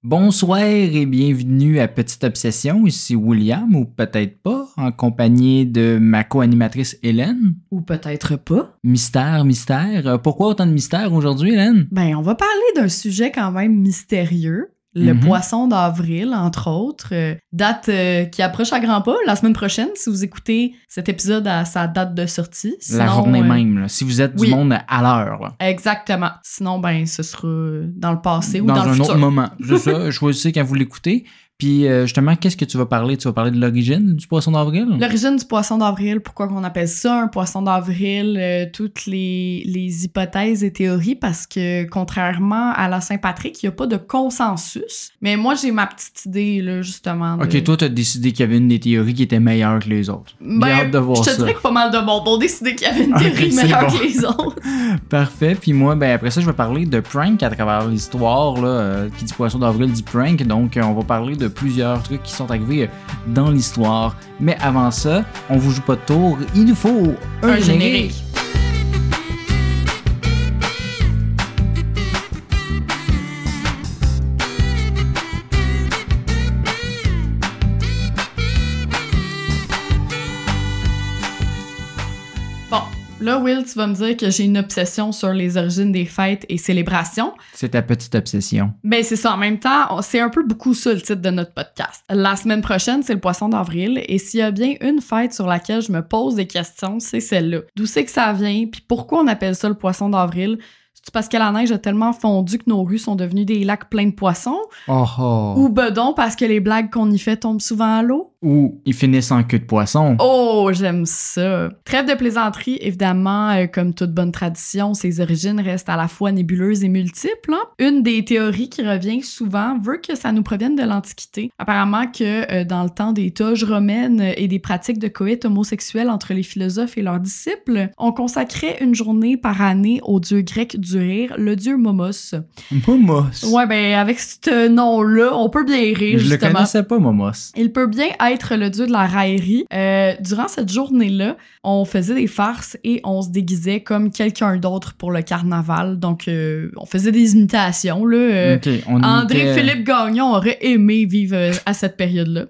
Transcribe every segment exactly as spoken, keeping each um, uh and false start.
Bonsoir et bienvenue à Petite Obsession, ici William, ou peut-être pas, en compagnie de ma co-animatrice Hélène. Ou peut-être pas. Mystère, mystère. Pourquoi autant de mystère aujourd'hui, Hélène? Ben, on va parler d'un sujet quand même mystérieux. Le mm-hmm. poisson d'avril, entre autres. Euh, date euh, qui approche à grands pas, la semaine prochaine, si vous écoutez cet épisode à sa date de sortie. Sinon, la journée euh, même, là, si vous êtes oui. du monde à l'heure. Là. Exactement. Sinon, ben, ce sera dans le passé ou dans, dans le futur. futur. Dans un autre moment. C'est ça, choisissez quand vous l'écoutez. Puis euh, justement, qu'est-ce que tu vas parler? Tu vas parler de l'origine du poisson d'avril? L'origine du poisson d'avril, pourquoi qu'on appelle ça un poisson d'avril, euh, toutes les, les hypothèses et théories, parce que contrairement à la Saint-Patrick, il n'y a pas de consensus. Mais moi, j'ai ma petite idée, là, justement. De... OK, toi, t'as décidé qu'il y avait une des théories qui était meilleure que les autres. Ben, j'ai hâte de voir je te ça. dirais que pas mal de monde ont décidé qu'il y avait une théorie okay, meilleure bon. que les autres. Parfait. Puis moi, ben après ça, je vais parler de prank à travers l'histoire, là, euh, qui dit poisson d'avril dit prank. Donc, euh, on va parler de plusieurs trucs qui sont arrivés dans l'histoire. Mais avant ça, on vous joue pas de tour, il nous faut un, un générique. générique. Là, Will, tu vas me dire que j'ai une obsession sur les origines des fêtes et célébrations. C'est ta petite obsession. Ben, c'est ça. En même temps, c'est un peu beaucoup ça le titre de notre podcast. La semaine prochaine, c'est le poisson d'avril. Et s'il y a bien une fête sur laquelle je me pose des questions, c'est celle-là. D'où c'est que ça vient? Puis pourquoi on appelle ça le poisson d'avril? C'est parce que la neige a tellement fondu que nos rues sont devenues des lacs pleins de poissons? Oh oh. Ou bedon parce que les blagues qu'on y fait tombent souvent à l'eau? Ou ils finissent en queue de poisson. Oh, j'aime ça. Trêve de plaisanterie, évidemment, euh, comme toute bonne tradition, ses origines restent à la fois nébuleuses et multiples. Hein? Une des théories qui revient souvent veut que ça nous provienne de l'Antiquité. Apparemment que euh, dans le temps des toges romaines et des pratiques de coït homosexuel entre les philosophes et leurs disciples, on consacrait une journée par année au dieu grec du rire, le dieu Momos. Momos? Ouais, ben avec ce nom-là, on peut bien rire, Je justement. le connaissais pas, Momos. Il peut bien être le dieu de la raillerie. Euh, durant cette journée-là, on faisait des farces et on se déguisait comme quelqu'un d'autre pour le carnaval. Donc, euh, on faisait des imitations. Là. Euh, okay, on André-Philippe était... Gagnon aurait aimé vivre euh, à cette période-là.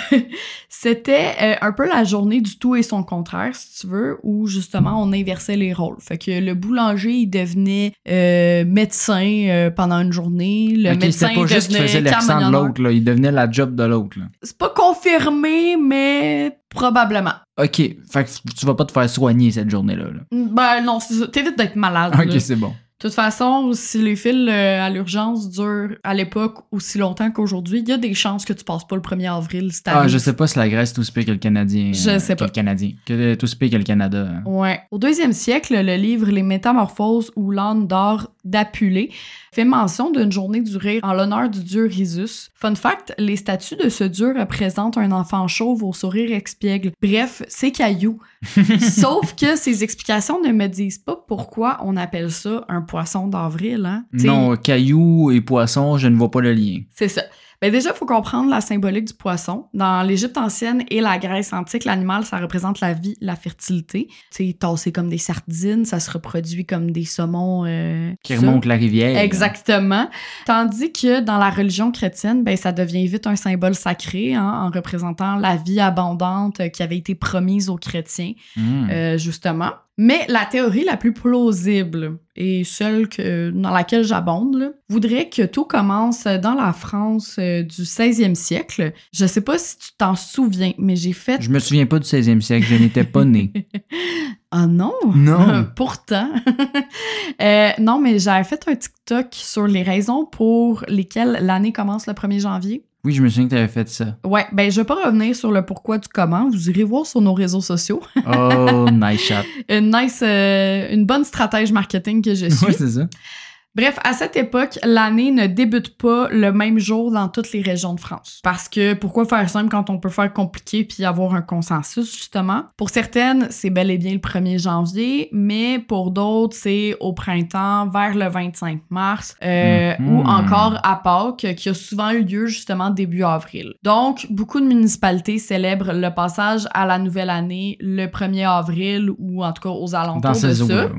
C'était euh, un peu la journée du tout et son contraire, si tu veux, où justement on inversait les rôles. Fait que le boulanger, il devenait euh, médecin euh, pendant une journée. Le okay, médecin, c'était pas juste qu'il faisait l'accent de l'autre, là. Il devenait la job de l'autre. Là. C'est pas confirmé, mais probablement. OK. Fait que tu vas pas te faire soigner cette journée-là. Là. Ben non, c'est ça. T'évites d'être malade. OK, là. c'est bon. De toute façon, si les fils euh, à l'urgence durent à l'époque aussi longtemps qu'aujourd'hui, il y a des chances que tu passes pas le premier avril. Si ah, je sais pas si la Grèce est aussi pire que le Canadien. Je euh, sais que pas. Le Canadien. Que tout aussi pire que le Canada. Hein. Ouais. Au deuxième siècle, le livre Les Métamorphoses ou l'âne d'or d'Apulée fait mention d'une journée du rire en l'honneur du dieu Rhésus. Fun fact, les statues de ce dieu représentent un enfant chauve au sourire expiègle. Bref, c'est caillou. Sauf que ces explications ne me disent pas pourquoi on appelle ça un poisson d'avril. Hein? Non, caillou et poisson, je ne vois pas le lien. C'est ça. Ben déjà, il faut comprendre la symbolique du poisson. Dans l'Égypte ancienne et la Grèce antique, l'animal, ça représente la vie, la fertilité. Tu sais, tassé comme des sardines, ça se reproduit comme des saumons... Euh, qui remontent la rivière. Exactement. Tandis que dans la religion chrétienne, ben ça devient vite un symbole sacré, hein, en représentant la vie abondante qui avait été promise aux chrétiens, mmh. euh, justement. Mais la théorie la plus plausible, et celle que, dans laquelle j'abonde, là, voudrait que tout commence dans la France euh, du seizième siècle. Je sais pas si tu t'en souviens, mais j'ai fait... Je me souviens pas du seizième siècle, je n'étais pas née. Ah non? Non! Pourtant! euh, non, mais j'avais fait un TikTok sur les raisons pour lesquelles l'année commence le premier janvier. Oui, je me souviens que tu avais fait ça. Ouais, ben je vais pas revenir sur le pourquoi du comment. Vous irez voir sur nos réseaux sociaux. Oh, nice shot. Une nice, euh, une bonne stratège marketing que je suis. Oui, c'est ça. Bref, à cette époque, l'année ne débute pas le même jour dans toutes les régions de France. Parce que pourquoi faire simple quand on peut faire compliqué puis avoir un consensus, justement? Pour certaines, c'est bel et bien le premier janvier, mais pour d'autres, c'est au printemps, vers le vingt-cinq mars, euh, mmh. ou encore à Pâques, qui a souvent eu lieu justement début avril. Donc, beaucoup de municipalités célèbrent le passage à la nouvelle année le premier avril ou en tout cas aux alentours dans de ça. Ouais.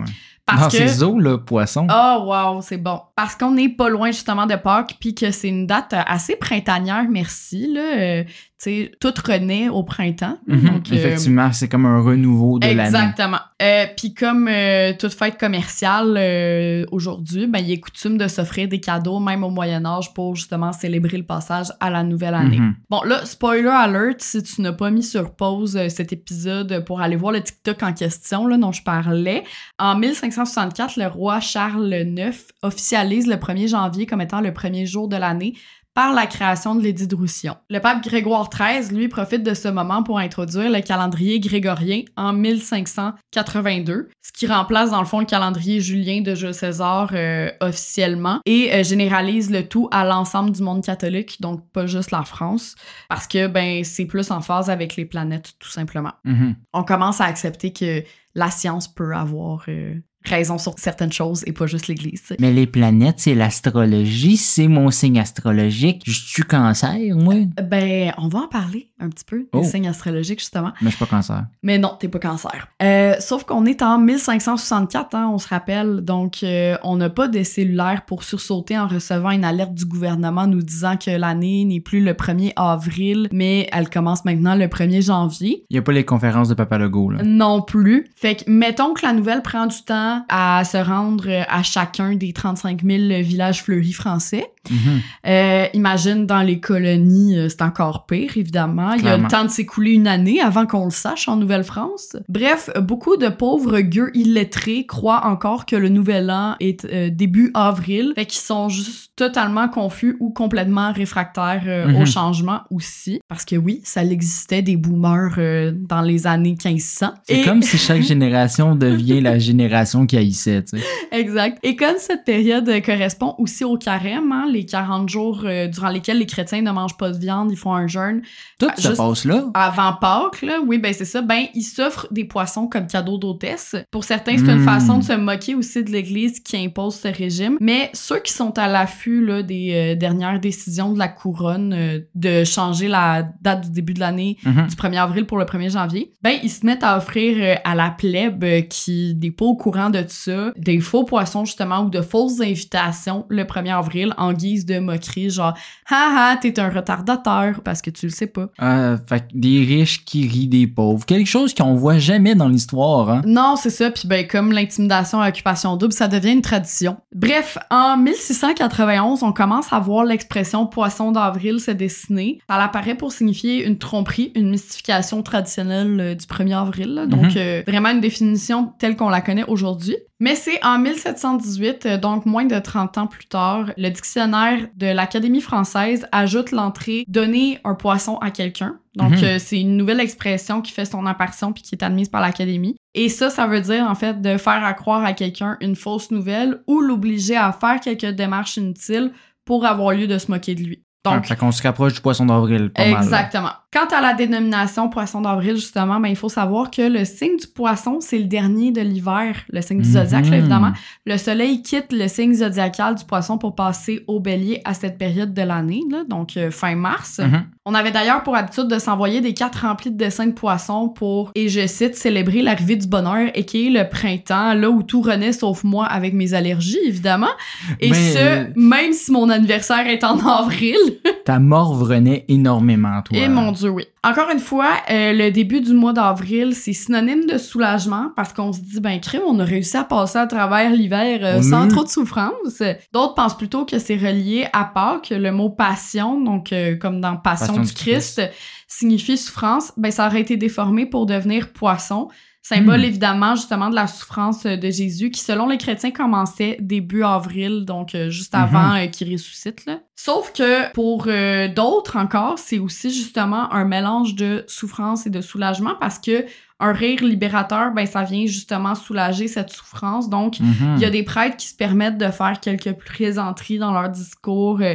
Parce Dans que... ces eaux, là, poisson. Oh, wow, c'est bon. Parce qu'on n'est pas loin, justement, de Pâques, puis que c'est une date assez printanière, merci, là. Euh, tu sais, tout renaît au printemps. Mm-hmm. Donc, euh, effectivement, c'est comme un renouveau de l'année. Exactement. Euh, puis comme euh, toute fête commerciale euh, aujourd'hui, ben, il est coutume de s'offrir des cadeaux, même au Moyen-Âge, pour justement célébrer le passage à la nouvelle année. Mm-hmm. Bon, là, spoiler alert, si tu n'as pas mis sur pause euh, cet épisode pour aller voir le TikTok en question, là, dont je parlais, en mille cinq cent soixante-quatre, le roi Charles neuf officialise le premier janvier comme étant le premier jour de l'année par la création de l'édit de Roussillon. Le pape Grégoire treize, lui, profite de ce moment pour introduire le calendrier grégorien en mille cinq cent quatre-vingt-deux, ce qui remplace dans le fond le calendrier julien de Jules César euh, officiellement et euh, généralise le tout à l'ensemble du monde catholique, donc pas juste la France, parce que ben c'est plus en phase avec les planètes, tout simplement. Mm-hmm. On commence à accepter que la science peut avoir... Euh, raison sur certaines choses et pas juste l'Église. T'sais. Mais les planètes, c'est l'astrologie, c'est mon signe astrologique. Je suis cancer, moi? Ben, on va en parler un petit peu, oh. des signes astrologiques, justement. Mais je suis pas cancer. Mais non, t'es pas cancer. Euh, sauf qu'on est en mille cinq cent soixante-quatre, hein, on se rappelle, donc euh, on n'a pas de cellulaire pour sursauter en recevant une alerte du gouvernement nous disant que l'année n'est plus le premier avril, mais elle commence maintenant le premier janvier. Il y a pas les conférences de Papa Legault, là. Non plus. Fait que, mettons que la nouvelle prend du temps à se rendre à chacun des trente-cinq mille villages fleuris français. Mm-hmm. Euh, imagine, dans les colonies, c'est encore pire, évidemment. Clairement. Il y a le temps de s'écouler une année avant qu'on le sache en Nouvelle-France. Bref, beaucoup de pauvres gueux illettrés croient encore que le nouvel an est euh, début avril. Fait qu'ils sont juste totalement confus ou complètement réfractaires euh, mm-hmm. au changement aussi. Parce que oui, ça existait des boomers euh, dans les années quinze cents. C'est Et... comme si chaque génération devient la génération qui haïssait, tu sais. Exact. Et comme cette période correspond aussi au carême, hein, les quarante jours euh, durant lesquels les chrétiens ne mangent pas de viande, ils font un jeûne. Tout se passe là. Avant Pâques, là, oui, ben c'est ça. Ben, ils s'offrent des poissons comme cadeau d'hôtesse. Pour certains, c'est mmh. une façon de se moquer aussi de l'Église qui impose ce régime. Mais ceux qui sont à l'affût là, des euh, dernières décisions de la couronne euh, de changer la date du début de l'année mmh. du premier avril pour le premier janvier, ben, ils se mettent à offrir euh, à la plèbe euh, qui n'est pas au courant de ça, des faux poissons, justement, ou de fausses invitations le premier avril en guise de moquerie, genre « Haha, t'es un retardateur » parce que tu le sais pas. Euh, fait que des riches qui rient des pauvres. Quelque chose qu'on voit jamais dans l'histoire, hein? Non, c'est ça. Puis ben, comme l'intimidation à occupation double, ça devient une tradition. Bref, en mille six cent quatre-vingt-onze, on commence à voir l'expression « poisson d'avril » se dessiner. Ça apparaît pour signifier une tromperie, une mystification traditionnelle euh, du premier avril. Là. Donc, mm-hmm. euh, vraiment une définition telle qu'on la connaît aujourd'hui. Mais c'est en mille sept cent dix-huit, donc moins de trente ans plus tard, le dictionnaire de l'Académie française ajoute l'entrée « donner un poisson à quelqu'un ». Donc, mm-hmm. euh, c'est une nouvelle expression qui fait son apparition puis qui est admise par l'Académie. Et ça, ça veut dire, en fait, de faire à croire à quelqu'un une fausse nouvelle ou l'obliger à faire quelques démarches inutiles pour avoir lieu de se moquer de lui. Donc, ah, fait qu'on se rapproche du poisson d'avril, pas exactement. mal. Exactement. Quant à la dénomination poisson d'avril, justement, ben, il faut savoir que le signe du poisson, c'est le dernier de l'hiver, le signe du zodiaque, mm-hmm. là, évidemment. Le soleil quitte le signe zodiacal du poisson pour passer au bélier à cette période de l'année, là, donc euh, fin mars. Mm-hmm. On avait d'ailleurs pour habitude de s'envoyer des cartes remplies de dessins de poissons pour, et je cite, célébrer l'arrivée du bonheur, et qui est le printemps, là où tout renaît sauf moi avec mes allergies, évidemment. Et Mais... ce, même si mon anniversaire est en avril. Ta morve renaît énormément, toi. Et mon Dieu, oui. Encore une fois, euh, le début du mois d'avril, c'est synonyme de soulagement parce qu'on se dit, ben crime, on a réussi à passer à travers l'hiver euh, sans trop de souffrance. D'autres pensent plutôt que c'est relié à Pâques, le mot passion, donc euh, comme dans Passion, Passion du Christ, Christ, signifie souffrance. Ben ça aurait été déformé pour devenir poisson. Symbole mmh. évidemment justement de la souffrance de Jésus qui, selon les chrétiens, commençait début avril, donc euh, juste avant mmh. euh, qu'il ressuscite. Là. Sauf que pour euh, d'autres encore, c'est aussi justement un mélange de souffrance et de soulagement parce que un rire libérateur, ben ça vient justement soulager cette souffrance. Donc, il mmh. y a des prêtres qui se permettent de faire quelques plaisanteries dans leur discours. Euh,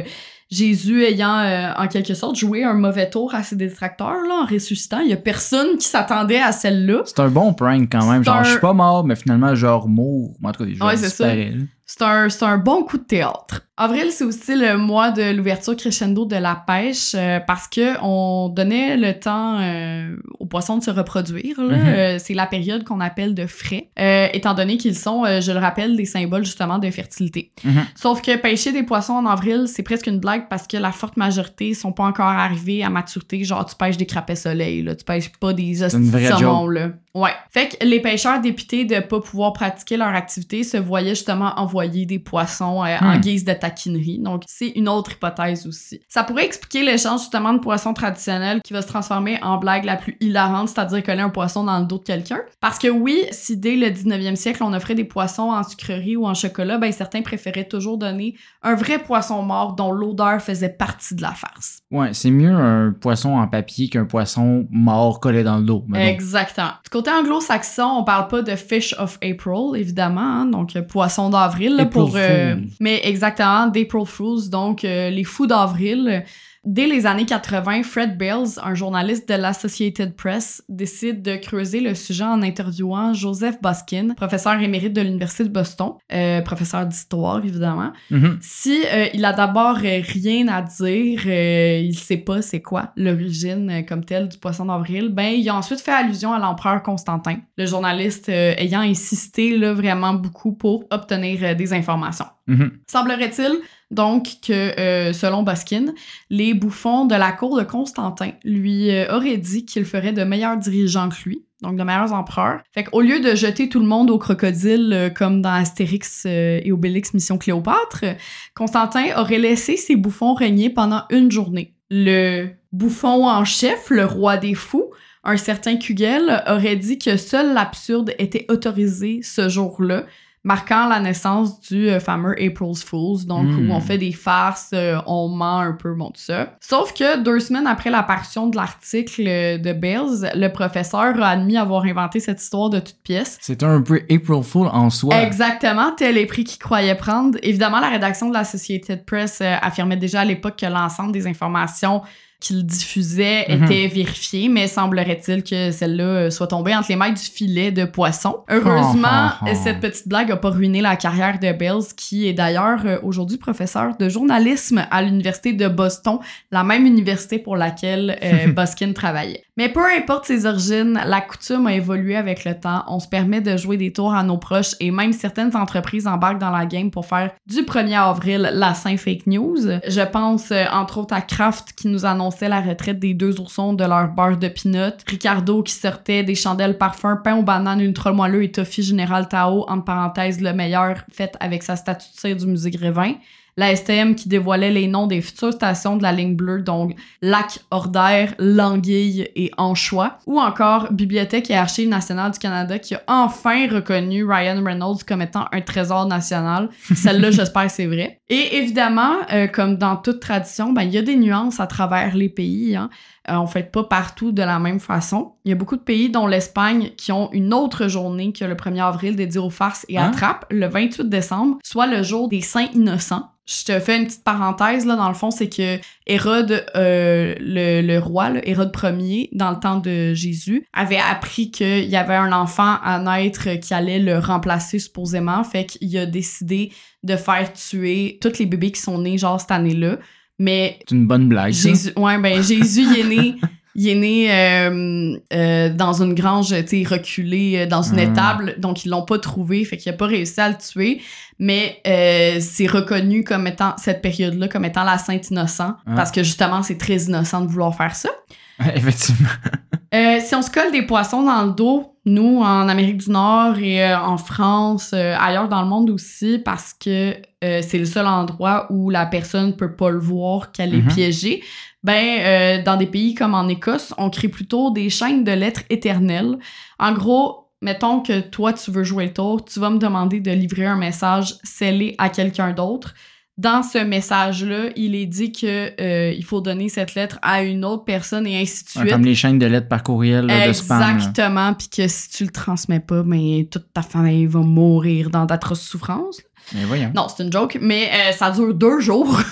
Jésus ayant euh, en quelque sorte joué un mauvais tour à ses détracteurs là, en ressuscitant. Il y a personne qui s'attendait à celle-là. C'est un bon prank quand même. C'est Genre, un... je suis pas mort, mais finalement, genre, mort. En tout cas, genre, ouais, c'est ça. C'est un, c'est un bon coup de théâtre. Avril, c'est aussi le mois de l'ouverture crescendo de la pêche euh, parce que on donnait le temps euh, aux poissons de se reproduire. Là. Mm-hmm. Euh, c'est la période qu'on appelle de frai, euh, étant donné qu'ils sont, euh, je le rappelle, des symboles justement de fertilité. Mm-hmm. Sauf que pêcher des poissons en avril, c'est presque une blague parce que la forte majorité sont pas encore arrivés à maturité. Genre, tu pêches des crapets soleil, là, tu pêches pas des hosties de saumon, là. Ouais. Fait que les pêcheurs dépités de pas pouvoir pratiquer leur activité se voyaient justement envoyer des poissons euh, hmm. en guise de taquinerie. Donc, c'est une autre hypothèse aussi. Ça pourrait expliquer l'échange justement de poissons traditionnels qui va se transformer en blague la plus hilarante, c'est-à-dire coller un poisson dans le dos de quelqu'un. Parce que oui, si dès le dix-neuvième siècle, on offrait des poissons en sucrerie ou en chocolat, ben certains préféraient toujours donner un vrai poisson mort dont l'odeur faisait partie de la farce. Ouais, c'est mieux un poisson en papier qu'un poisson mort collé dans le dos. Exactement. Du côté anglo-saxon, on parle pas de fish of April, évidemment, hein, donc euh, poisson d'avril. Là, pour, euh, mais exactement, d'April Fools, donc euh, les fous d'avril. Dès les années quatre-vingts, Fred Bales, un journaliste de l'Associated Press, décide de creuser le sujet en interviewant Joseph Boskin, professeur émérite de l'Université de Boston, euh, professeur d'histoire, évidemment. Mm-hmm. Si euh, il a d'abord euh, rien à dire, euh, il sait pas c'est quoi l'origine euh, comme telle du poisson d'avril, ben il a ensuite fait allusion à l'empereur Constantin, le journaliste euh, ayant insisté là, vraiment beaucoup pour obtenir euh, des informations. Mm-hmm. Semblerait-il donc que, euh, selon Boskin, les bouffons de la cour de Constantin lui euh, auraient dit qu'il ferait de meilleurs dirigeants que lui, donc de meilleurs empereurs. Fait qu'au lieu de jeter tout le monde au crocodile euh, comme dans Astérix euh, et Obélix Mission Cléopâtre, Constantin aurait laissé ses bouffons régner pendant une journée. Le bouffon en chef, le roi des fous, un certain Kugel, aurait dit que seul l'absurde était autorisé ce jour-là, marquant la naissance du euh, fameux April's Fools, donc mmh. où on fait des farces, euh, on ment un peu, bon, tout ça. Sauf que deux semaines après l'apparition de l'article de Bales, le professeur a admis avoir inventé cette histoire de toute pièce. C'était un peu April Fool en soi. Exactement, tel les prix qu'il croyait prendre. Évidemment, la rédaction de l'Associated Press euh, affirmait déjà à l'époque que l'ensemble des informations qu'il diffusait mm-hmm. était vérifiée, mais semblerait-il que celle-là soit tombée entre les mailles du filet de poisson. Heureusement, oh, oh, oh. cette petite blague a pas ruiné la carrière de Bales, qui est d'ailleurs euh, aujourd'hui professeur de journalisme à l'Université de Boston, la même université pour laquelle euh, Boskin travaillait. Mais peu importe ses origines, la coutume a évolué avec le temps. On se permet de jouer des tours à nos proches et même certaines entreprises embarquent dans la game pour faire du premier avril la Saint-Fake News. Je pense euh, entre autres à Kraft qui nous annonce la retraite des deux oursons de leur beurre de peanut, Ricardo qui sortait des chandelles parfum, pain aux bananes ultra moelleux et toffee Général Tao, entre parenthèses le meilleur, fait avec sa statue de cire du musée Grévin, la S T M qui dévoilait les noms des futures stations de la ligne bleue, donc Lac, Ordère, Languille et Anchois, ou encore Bibliothèque et Archives nationales du Canada qui a enfin reconnu Ryan Reynolds comme étant un trésor national. Celle-là, j'espère que c'est vrai. Et évidemment, euh, comme dans toute tradition, ben il y a des nuances à travers les pays, hein. Euh, on fait pas partout de la même façon. Il y a beaucoup de pays, dont l'Espagne, qui ont une autre journée que le premier avril dédiée aux farces et à hein? trappes, le vingt-huit décembre, soit le jour des Saints Innocents. Je te fais une petite parenthèse, là, dans le fond, c'est que Hérode, euh, le, le roi, là, Hérode Ier, dans le temps de Jésus, avait appris qu'il y avait un enfant à naître qui allait le remplacer supposément, fait qu'il a décidé de faire tuer tous les bébés qui sont nés genre cette année-là. Mais c'est une bonne blague. Jésus, ouais, ben Jésus, il est né, il est né euh, euh, dans une grange, tu sais, reculée, dans une mmh. étable, donc ils l'ont pas trouvé, fait qu'il a pas réussi à le tuer. Mais euh, c'est reconnu comme étant cette période-là comme étant la Sainte Innocent, ah. parce que justement, c'est très innocent de vouloir faire ça. Effectivement. Euh, si on se colle des poissons dans le dos, nous, en Amérique du Nord et euh, en France, euh, ailleurs dans le monde aussi, parce que euh, c'est le seul endroit où la personne peut pas le voir qu'elle est mm-hmm. piégée, ben, euh, dans des pays comme en Écosse, on crée plutôt des chaînes de lettres éternelles. En gros, mettons que toi, tu veux jouer le tour, tu vas me demander de livrer un message scellé à quelqu'un d'autre. Dans ce message-là, il est dit que euh, il faut donner cette lettre à une autre personne et ainsi de suite. Ouais, comme les chaînes de lettres par courriel là, de spam. Exactement, puis que si tu le transmets pas, ben, toute ta famille va mourir dans d'atroces souffrances. Mais voyons. Non, c'est une joke, mais euh, ça dure deux jours,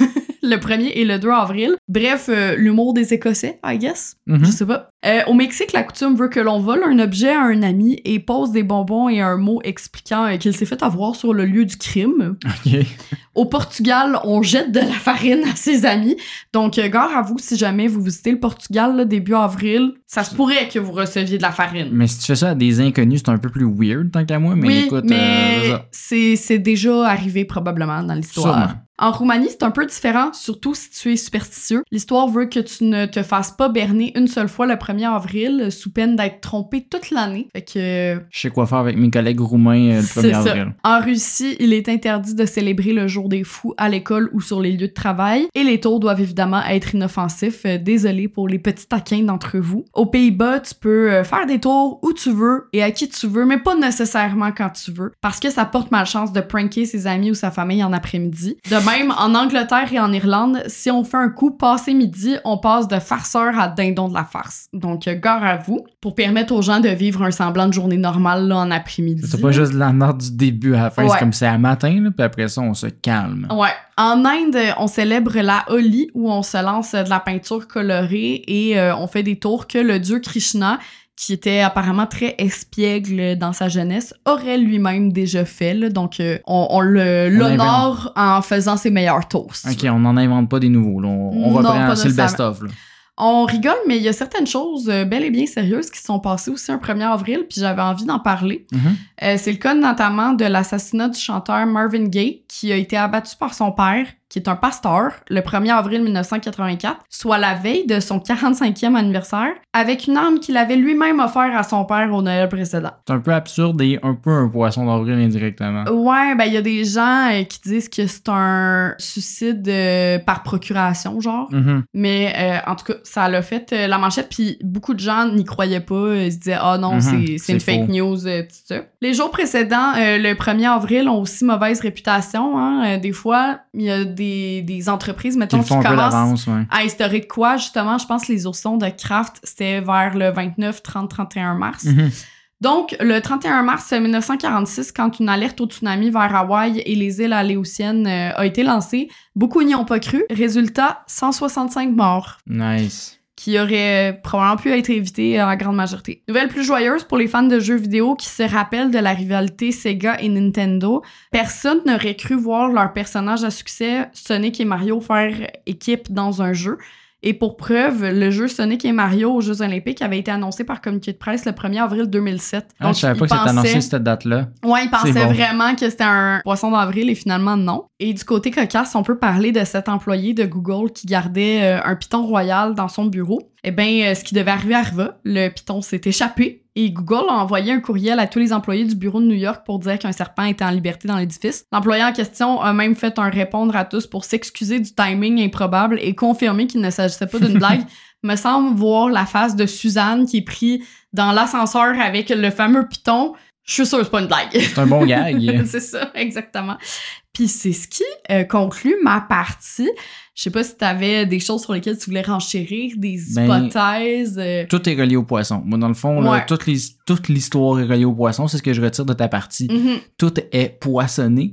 le premier et le deux avril. Bref, euh, l'humour des Écossais, I guess. Mm-hmm. Je sais pas. Euh, au Mexique, la coutume veut que l'on vole un objet à un ami et pose des bonbons et un mot expliquant euh, qu'il s'est fait avoir sur le lieu du crime. OK. Au Portugal, on jette de la farine à ses amis. Donc, euh, gare à vous, si jamais vous visitez le Portugal là, début avril, ça se pourrait que vous receviez de la farine. Mais si tu fais ça à des inconnus, c'est un peu plus weird tant qu'à moi. Mais oui, écoute, mais euh, c'est, c'est déjà arrivé probablement dans l'histoire. Sûrement. En Roumanie, c'est un peu différent, surtout si tu es superstitieux. L'histoire veut que tu ne te fasses pas berner une seule fois le premier avril, sous peine d'être trompé toute l'année. Fait que... Je sais quoi faire avec mes collègues roumains euh, le premier avril. En Russie, il est interdit de célébrer le jour des fous à l'école ou sur les lieux de travail, et les tours doivent évidemment être inoffensifs. Euh, désolé pour les petits taquins d'entre vous. Aux Pays-Bas, tu peux euh, faire des tours où tu veux et à qui tu veux, mais pas nécessairement quand tu veux, parce que ça porte malchance de pranker ses amis ou sa famille en après-midi. De même, en Angleterre et en Irlande, si on fait un coup passé midi, on passe de farceur à dindon de la farce. Donc, euh, gare à vous, pour permettre aux gens de vivre un semblant de journée normale là, en après-midi. C'est pas juste de la note du début à la fin, ouais. C'est comme c'est à matin, là, puis après ça, on se calme. Ouais. En Inde, on célèbre la Holi, où on se lance de la peinture colorée et euh, on fait des tours que le dieu Krishna, qui était apparemment très espiègle dans sa jeunesse, aurait lui-même déjà fait. Là. Donc, euh, on, on le, l'honore en faisant ses meilleurs tours. OK, on n'en invente pas des nouveaux. Là. On, on reprend, c'est le best-of. Là. On rigole, mais il y a certaines choses euh, bel et bien sérieuses qui se sont passées aussi un premier avril, puis j'avais envie d'en parler. Mm-hmm. Euh, c'est le cas notamment de l'assassinat du chanteur Marvin Gaye, qui a été abattu par son père, qui est un pasteur, le premier avril dix-neuf cent quatre-vingt-quatre, soit la veille de son quarante-cinquième anniversaire, avec une arme qu'il avait lui-même offert à son père au Noël précédent. C'est un peu absurde et un peu un poisson d'avril indirectement. Ouais, ben il y a des gens euh, qui disent que c'est un suicide euh, par procuration, genre. Mm-hmm. Mais euh, en tout cas, ça l'a fait euh, la manchette, puis beaucoup de gens n'y croyaient pas. Ils se disaient « Ah oh non, mm-hmm. c'est, c'est, c'est une fake news, euh, tout ça. » Les jours précédents, euh, le premier avril, ont aussi mauvaise réputation. Hein. Euh, des fois, il y a des, des entreprises, mettons, qui, qui commencent ouais. à instaurer de quoi, justement. Je pense que les oursons de Kraft, c'était vers le vingt-neuf, trente, trente et un mars. Mm-hmm. Donc, le trente et un mars dix-neuf cent quarante-six, quand une alerte au tsunami vers Hawaï et les îles Aléoutiennes euh, a été lancée, beaucoup n'y ont pas cru. Résultat, cent soixante-cinq morts. Nice. Qui auraient probablement pu être évités en grande majorité. Nouvelle plus joyeuse pour les fans de jeux vidéo qui se rappellent de la rivalité Sega et Nintendo. Personne n'aurait cru voir leurs personnages à succès, Sonic et Mario, faire équipe dans un jeu. Et pour preuve, le jeu Sonic et Mario aux Jeux Olympiques avait été annoncé par communiqué de presse le premier avril deux mille sept. Ah, donc, je savais pas que c'était annoncé cette date-là. Ouais, ils pensaient bon. vraiment que c'était un poisson d'avril et finalement non. Et du côté cocasse, on peut parler de cet employé de Google qui gardait euh, un python royal dans son bureau. Eh bien, euh, ce qui devait arriver arriva. Le python s'est échappé. Et Google a envoyé un courriel à tous les employés du bureau de New York pour dire qu'un serpent était en liberté dans l'édifice. L'employé en question a même fait un répondre à tous pour s'excuser du timing improbable et confirmer qu'il ne s'agissait pas d'une blague. Me semble voir la face de Suzanne qui est prise dans l'ascenseur avec le fameux python. Je suis sûre que c'est pas une blague. C'est un bon gag. C'est ça, exactement. Puis c'est ce qui euh, conclut ma partie. Je sais pas si t'avais des choses sur lesquelles tu voulais renchérir, des hypothèses. Ben, euh... Tout est relié au poisson. Moi, dans le fond, ouais. là, toute, les, toute l'histoire est reliée au poisson. C'est ce que je retire de ta partie. Mm-hmm. Tout est poissonné,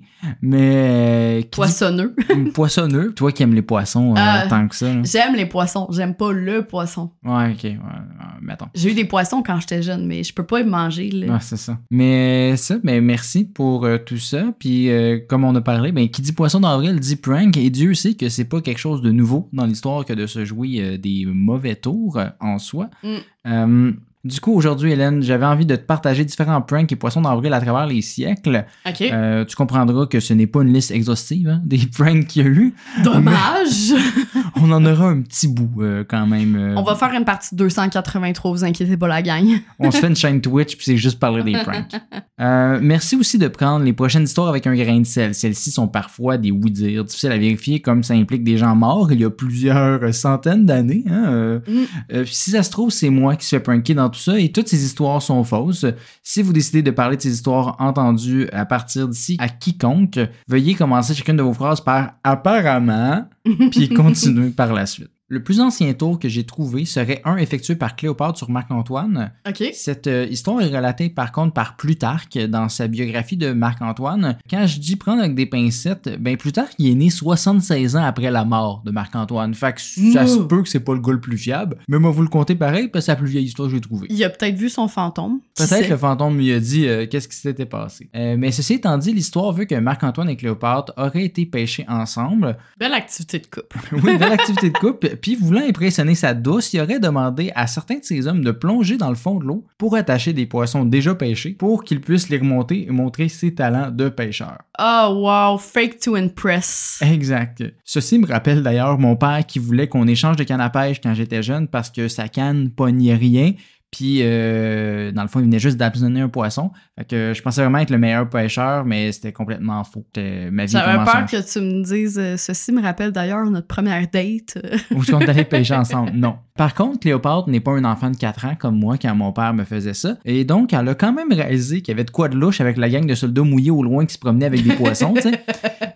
mais... Poissonneux. Dit... Poissonneux. Toi qui aimes les poissons euh, euh, tant que ça. Là. J'aime les poissons. J'aime pas le poisson. Ouais, OK. Ouais, mettons. J'ai eu des poissons quand j'étais jeune, mais je peux pas y manger. Là. Ouais, c'est ça. Mais ça, ben, merci pour euh, tout ça. Puis, euh, comme on a parlé, ben, qui dit poisson d'avril dit prank. Et Dieu sait que c'est pas quelque chose de nouveau dans l'histoire que de se jouer euh, des mauvais tours euh, en soi. Mm. Euh, du coup, aujourd'hui, Hélène, j'avais envie de te partager différents pranks et poissons d'avril à travers les siècles. OK. Euh, tu comprendras que ce n'est pas une liste exhaustive hein, des pranks qu'il y a eu. Dommage! On en aura un petit bout euh, quand même. Euh... On va faire une partie deux cent quatre-vingt-trois, vous inquiétez pas la gang. On se fait une chaîne Twitch puis c'est juste parler des pranks. Euh, merci aussi de prendre les prochaines histoires avec un grain de sel. Celles-ci sont parfois des oui-dire, difficiles à vérifier comme ça implique des gens morts il y a plusieurs centaines d'années. Hein, euh, mm. euh, si ça se trouve, c'est moi qui se fais pranker dans tout ça et toutes ces histoires sont fausses. Si vous décidez de parler de ces histoires entendues à partir d'ici à quiconque, veuillez commencer chacune de vos phrases par « apparemment » puis continuer par la suite. Le plus ancien tour que j'ai trouvé serait un effectué par Cléopâtre sur Marc-Antoine. OK. Cette euh, histoire est relatée par contre par Plutarque dans sa biographie de Marc-Antoine. Quand je dis prendre avec des pincettes, ben Plutarque il est né soixante-seize ans après la mort de Marc-Antoine. Fait que ça se peut que c'est pas le gars le plus fiable, mais moi vous le comptez pareil parce que c'est la plus vieille histoire que j'ai trouvée. Il a peut-être vu son fantôme. Peut-être le fantôme lui a dit euh, qu'est-ce qui s'était passé. Euh, mais ceci étant dit, l'histoire veut que Marc-Antoine et Cléopâtre auraient été pêchés ensemble. Belle activité de couple. Oui, belle activité de couple. Puis voulant impressionner sa douce, il aurait demandé à certains de ses hommes de plonger dans le fond de l'eau pour attacher des poissons déjà pêchés pour qu'il puisse les remonter et montrer ses talents de pêcheur. Oh wow, fake to impress. Exact. Ceci me rappelle d'ailleurs mon père qui voulait qu'on échange de canne à pêche quand j'étais jeune parce que sa canne pognait rien. Puis, euh, dans le fond, il venait juste d'abandonner un poisson. Fait que je pensais vraiment être le meilleur pêcheur, mais c'était complètement faux. C'était ma vie. J'avais peur que tu me dises euh, ceci me rappelle d'ailleurs notre première date. Où est-ce qu'on est allé pêcher ensemble? Non. Par contre, Cléopâtre n'est pas un enfant de quatre ans comme moi quand mon père me faisait ça. Et donc, elle a quand même réalisé qu'il y avait de quoi de louche avec la gang de soldats mouillés au loin qui se promenaient avec des poissons, tu sais.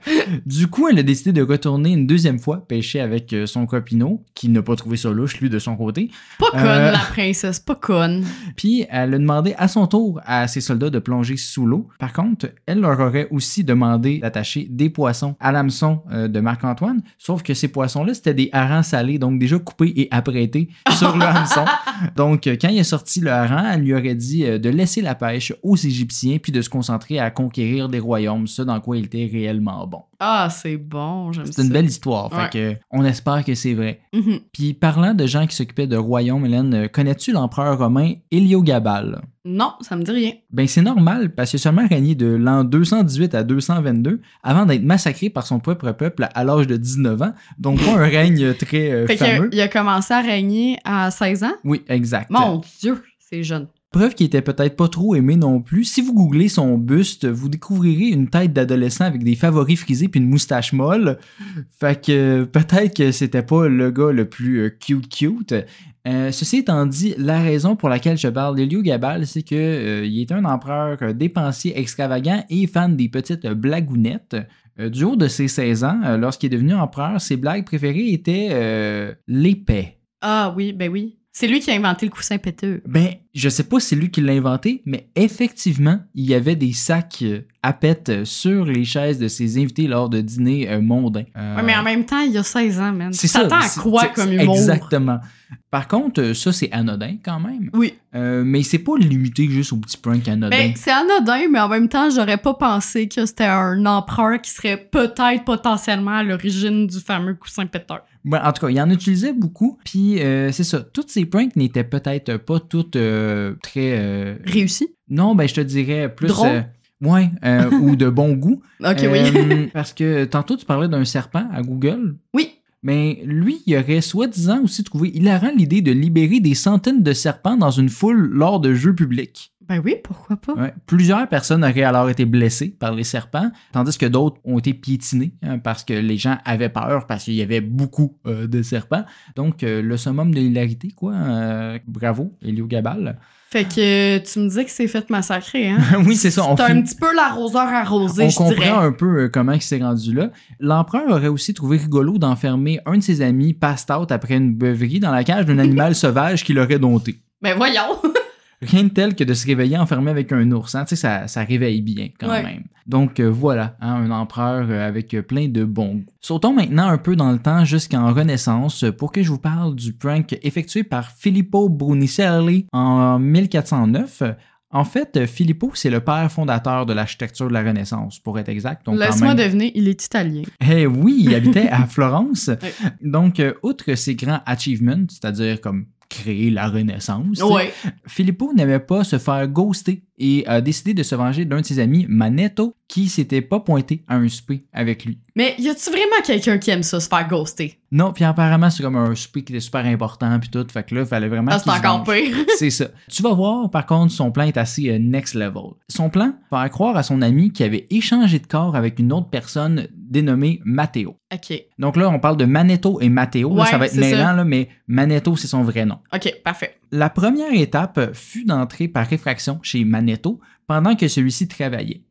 Du coup, elle a décidé de retourner une deuxième fois pêcher avec son copineau, qui n'a pas trouvé ça louche, lui, de son côté. Pas conne, euh... la princesse, pas conne. Puis, elle a demandé à son tour à ses soldats de plonger sous l'eau. Par contre, elle leur aurait aussi demandé d'attacher des poissons à l'hameçon euh, de Marc-Antoine, sauf que ces poissons-là, c'était des harengs salés, donc déjà coupés et apprêtés sur le hameçon. Donc, quand il est sorti le hareng, elle lui aurait dit euh, de laisser la pêche aux Égyptiens puis de se concentrer à conquérir des royaumes, ça dans quoi il était réellement bon. Ah, c'est bon, j'aime ça. C'est une belle histoire, ouais. Fait que on espère que c'est vrai. Mm-hmm. Puis parlant de gens qui s'occupaient de royaumes, Hélène, connais-tu l'empereur romain Héliogabale? Non, ça me dit rien. Ben c'est normal, parce qu'il a seulement régné de l'an deux cent dix-huit à deux cent vingt-deux avant d'être massacré par son propre peuple à l'âge de dix-neuf ans, donc pas un règne très euh, fait fameux. Il a, il a commencé à régner à seize ans? Oui, exact. Mon Dieu, c'est jeune. Preuve qu'il était peut-être pas trop aimé non plus. Si vous googlez son buste, vous découvrirez une tête d'adolescent avec des favoris frisés puis une moustache molle. Fait que euh, peut-être que c'était pas le gars le plus euh, cute cute. Euh, ceci étant dit, la raison pour laquelle je parle d'Héliogabale, c'est que euh, il est un empereur euh, dépensier extravagant et fan des petites euh, blagounettes. Euh, du haut de ses seize ans, euh, lorsqu'il est devenu empereur, ses blagues préférées étaient euh, l'épée. Ah oui, ben oui. C'est lui qui a inventé le coussin péteux. Ben, je sais pas si c'est lui qui l'a inventé, mais effectivement, il y avait des sacs à pète sur les chaises de ses invités lors de dîners euh, mondains. Euh... Ouais, mais en même temps, il y a seize ans, man. C'est tu t'attends ça, à quoi c'est, comme humour? Exactement. Par contre, ça, c'est anodin quand même. Oui. Euh, mais c'est pas limité juste au petit prank anodin. Ben, c'est anodin, mais en même temps, j'aurais pas pensé que c'était un empereur qui serait peut-être potentiellement à l'origine du fameux coussin péteur. Ben, en tout cas, il en utilisait beaucoup. Puis, euh, c'est ça. Toutes ces pranks n'étaient peut-être pas toutes euh, très... Euh... Réussies? Non, ben, je te dirais plus... Drôle? Euh, ouais, euh, ou de bon goût. Ok, euh, oui. Parce que tantôt, tu parlais d'un serpent à Google. Oui. Mais lui, il aurait soi-disant aussi trouvé hilarant l'idée de libérer des centaines de serpents dans une foule lors de jeux publics. Ben oui, pourquoi pas? Ouais. Plusieurs personnes auraient alors été blessées par les serpents, tandis que d'autres ont été piétinées hein, parce que les gens avaient peur, parce qu'il y avait beaucoup euh, de serpents. Donc, euh, le summum de l'hilarité, quoi. Euh, bravo, Héliogabale. Fait que tu me disais que c'est fait massacrer, hein? Oui, c'est ça. C'est un petit peu l'arroseur arrosé, je dirais. On comprend un peu euh, comment il s'est rendu là. L'empereur aurait aussi trouvé rigolo d'enfermer un de ses amis passed out après une beuverie dans la cage d'un animal sauvage qu'il aurait dompté. Ben voyons! Rien de tel que de se réveiller enfermé avec un ours. Hein? Tu sais, ça, ça réveille bien quand ouais. même. Donc euh, voilà, hein, un empereur euh, avec euh, plein de bons goûts. Sautons maintenant un peu dans le temps jusqu'en Renaissance pour que je vous parle du prank effectué par Filippo Brunicelli en mille quatre cent neuf. En fait, Filippo, c'est le père fondateur de l'architecture de la Renaissance, pour être exact. Donc, laisse-moi même... deviner, il est italien. Eh oui, il habitait à Florence. Oui. Donc, euh, outre ses grands achievements, c'est-à-dire comme créer la Renaissance, ouais. Filippo n'aimait pas se faire ghoster et a décidé de se venger d'un de ses amis, Manetto, qui s'était pas pointé à un souper avec lui. Mais y a-tu vraiment quelqu'un qui aime ça, se faire ghoster? Non, puis apparemment, c'est comme un souper qui était super important, puis tout, fait que là, il fallait vraiment... Ah, c'est encore pire. C'est ça. Tu vas voir, par contre, son plan est assez uh, next level. Son plan, faire croire à son ami qu'il avait échangé de corps avec une autre personne dénommée Matteo. OK. Donc là, on parle de Manetto et Matteo. Ouais, là, ça va être mêlant, là, mais Manetto, c'est son vrai nom. OK, parfait. La première étape fut d'entrer par réfraction chez Manetto pendant que celui-ci travaillait.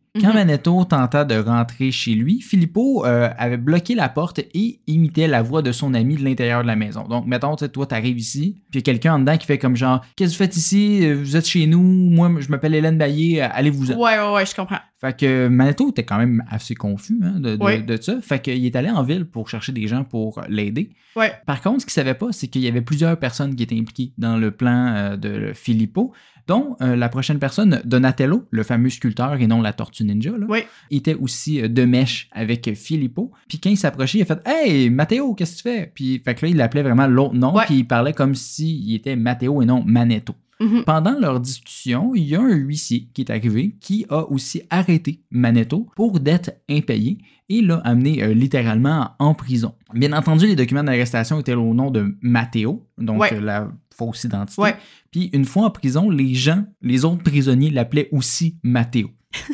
Quand Mhm. Manetto tenta de rentrer chez lui, Filippo euh, avait bloqué la porte et imitait la voix de son ami de l'intérieur de la maison. Donc, mettons, tu sais, toi, t'arrives ici, puis il y a quelqu'un en dedans qui fait comme genre « Qu'est-ce que vous faites ici? Vous êtes chez nous? Moi, je m'appelle Hélène Baillé, allez-vous-en. » Ouais, ouais, ouais, je comprends. Fait que Manetto était quand même assez confus hein, de, de, Ouais. de ça. Fait qu'il est allé en ville pour chercher des gens pour l'aider. Ouais. Par contre, ce qu'il savait pas, c'est qu'il y avait plusieurs personnes qui étaient impliquées dans le plan euh, de Filippo, dont euh, la prochaine personne, Donatello, le fameux sculpteur et non la tortue ninja, là, Ouais. était aussi euh, de mèche avec Filippo. Puis quand il s'approchait, il a fait « Hey, Matteo, qu'est-ce que tu fais? » Puis fait que là, il l'appelait vraiment l'autre nom, Ouais. puis il parlait comme s'il était Matteo et non Manetto. Mhm. Pendant leur discussion, il y a un huissier qui est arrivé qui a aussi arrêté Manetto pour dette impayée et l'a amené euh, littéralement en prison. Bien entendu, les documents d'arrestation étaient au nom de Matteo, donc Ouais. euh, la fausse identité. Ouais. Puis une fois en prison, les gens, les autres prisonniers l'appelaient aussi Matteo.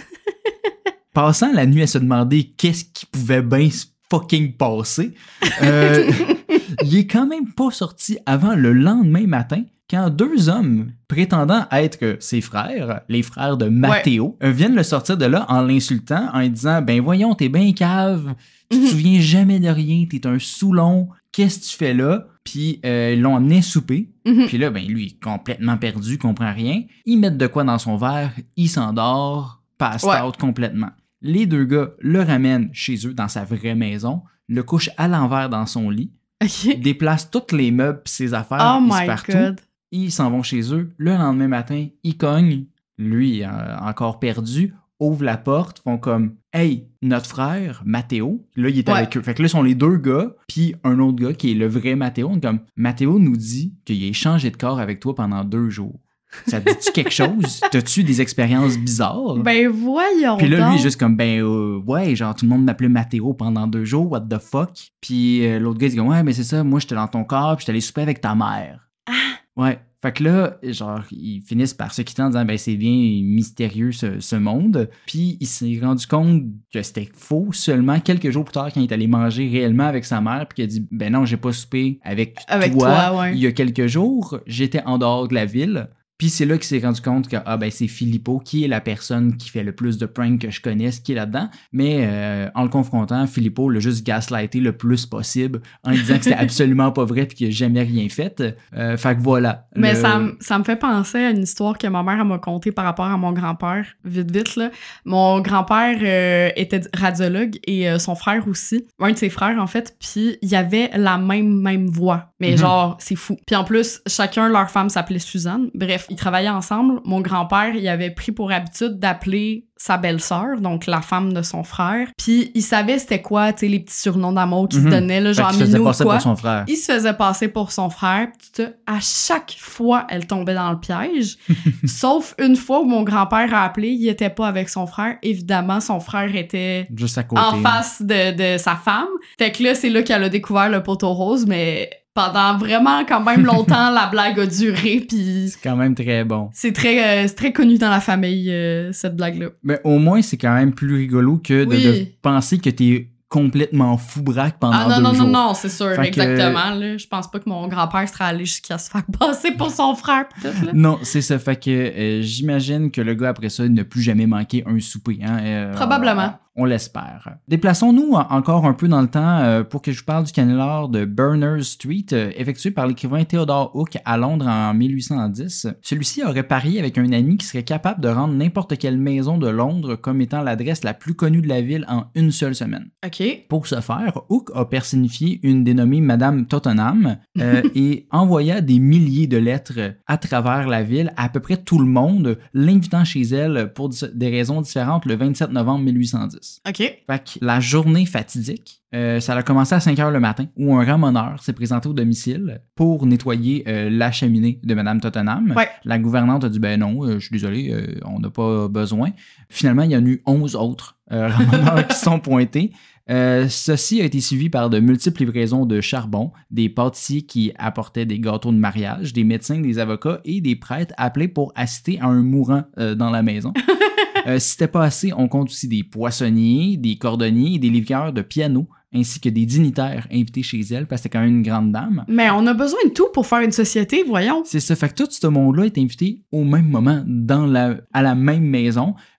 Passant la nuit à se demander qu'est-ce qui pouvait bien se fucking passer, euh, il est quand même pas sorti avant le lendemain matin quand deux hommes prétendant être ses frères, les frères de Matteo, ouais. viennent le sortir de là en l'insultant, en lui disant « Ben voyons, t'es bien cave, tu te mm-hmm. souviens jamais de rien, t'es un saoulon, qu'est-ce que tu fais là? » Puis euh, ils l'ont amené souper. Mm-hmm. Puis là, ben lui, complètement perdu, comprend rien. Ils mettent de quoi dans son verre, il s'endort, passe ouais. out complètement. Les deux gars le ramènent chez eux, dans sa vraie maison, le couchent à l'envers dans son lit, okay. déplacent tous les meubles et ses affaires oh partout. God. Ils s'en vont chez eux. Le lendemain matin, ils cognent. Lui, euh, encore perdu, ouvre la porte, font comme « Hey, notre frère, Matteo. » Là, il est ouais. avec eux. Fait que là, sont les deux gars, puis un autre gars qui est le vrai Matteo. Comme « Matteo nous dit qu'il a échangé de corps avec toi pendant deux jours. » Ça te dit-tu quelque chose? T'as-tu des expériences bizarres? Ben voyons. Puis là, donc. lui, il est juste comme, ben euh, ouais, genre tout le monde m'appelait Matteo pendant deux jours, what the fuck? Puis euh, l'autre gars, il dit, ouais, mais c'est ça, moi j'étais dans ton corps, puis j'étais allé souper avec ta mère. Ah! Ouais. Fait que là, genre, ils finissent par se quitter en disant, ben c'est bien mystérieux ce, ce monde. Puis il s'est rendu compte que c'était faux seulement quelques jours plus tard quand il est allé manger réellement avec sa mère, puis qu'il a dit, ben non, j'ai pas soupé avec, avec toi, toi ouais. il y a quelques jours, j'étais en dehors de la ville. Puis c'est là qu'il s'est rendu compte que ah ben c'est Filippo qui est la personne qui fait le plus de pranks que je connaisse qui est là-dedans. Mais euh, en le confrontant, Filippo l'a juste gaslighté le plus possible en lui disant que c'était absolument pas vrai puis qu'il a jamais rien fait. Euh, fait que voilà. Mais le... ça, ça me fait penser à une histoire que ma mère elle m'a contée par rapport à mon grand-père. Vite, vite, là. Mon grand-père euh, était radiologue et euh, son frère aussi. Un de ses frères, en fait. Puis il y avait la même, même voix. Mais mm-hmm. genre, c'est fou. Puis en plus, chacun, leur femme s'appelait Suzanne. Bref, ils travaillaient ensemble. Mon grand-père, il avait pris pour habitude d'appeler sa belle-sœur, donc la femme de son frère. Puis il savait c'était quoi, tu sais, les petits surnoms d'amour qu'il mm-hmm. se donnait, là, genre Minou ou quoi. Pour son frère. Il se faisait passer pour son frère. Puis à chaque fois, elle tombait dans le piège. Sauf une fois où mon grand-père a appelé, il était pas avec son frère. Évidemment, son frère était juste à côté, en face de, de sa femme. Fait que là, c'est là qu'elle a découvert le poteau rose, mais... Pendant vraiment quand même longtemps, la blague a duré, puis... C'est quand même très bon. C'est très, euh, c'est très connu dans la famille, euh, cette blague-là. Mais au moins, c'est quand même plus rigolo que de, oui. de penser que t'es complètement fou braque pendant ah, non, deux non, jours. non, non, c'est sûr, fait exactement. Que... Là. Je pense pas que mon grand-père serait allé jusqu'à se faire passer pour son frère, peut-être. Là. Non, c'est ça. Fait que euh, j'imagine que le gars, après ça, n'a plus jamais manqué un souper. Hein, euh, Probablement. On, on l'espère. Déplaçons-nous encore un peu dans le temps euh, pour que je vous parle du canular de Berners Street, euh, effectué par l'écrivain Theodore Hook à Londres en mille huit cent dix. Celui-ci aurait parié avec un ami qui serait capable de rendre n'importe quelle maison de Londres comme étant l'adresse la plus connue de la ville en une seule semaine. OK. Pour ce faire, Hook a personnifié une dénommée Madame Tottenham euh, et envoya des milliers de lettres à travers la ville à à peu près tout le monde, l'invitant chez elle pour des raisons différentes le vingt-sept novembre mille huit cent dix. OK. Fait que la journée fatidique, euh, ça a commencé à cinq heures le matin où un ramoneur s'est présenté au domicile pour nettoyer euh, la cheminée de Madame Tottenham. Ouais. La gouvernante a dit « Ben non, euh, je suis désolé, euh, on n'a pas besoin. » Finalement, il y en a eu onze autres euh, ramoneurs qui sont pointés. Euh, ceci a été suivi par de multiples livraisons de charbon, des pâtissiers qui apportaient des gâteaux de mariage, des médecins, des avocats et des prêtres appelés pour assister à un mourant euh, dans la maison. euh, si c'était pas assez, on compte aussi des poissonniers, des cordonniers et des livreurs de piano, ainsi que des dignitaires invités chez elle, parce que c'était quand même une grande dame. Mais on a besoin de tout pour faire une société, voyons. C'est ça, fait que tout ce monde-là est invité au même moment, dans la, à la même maison.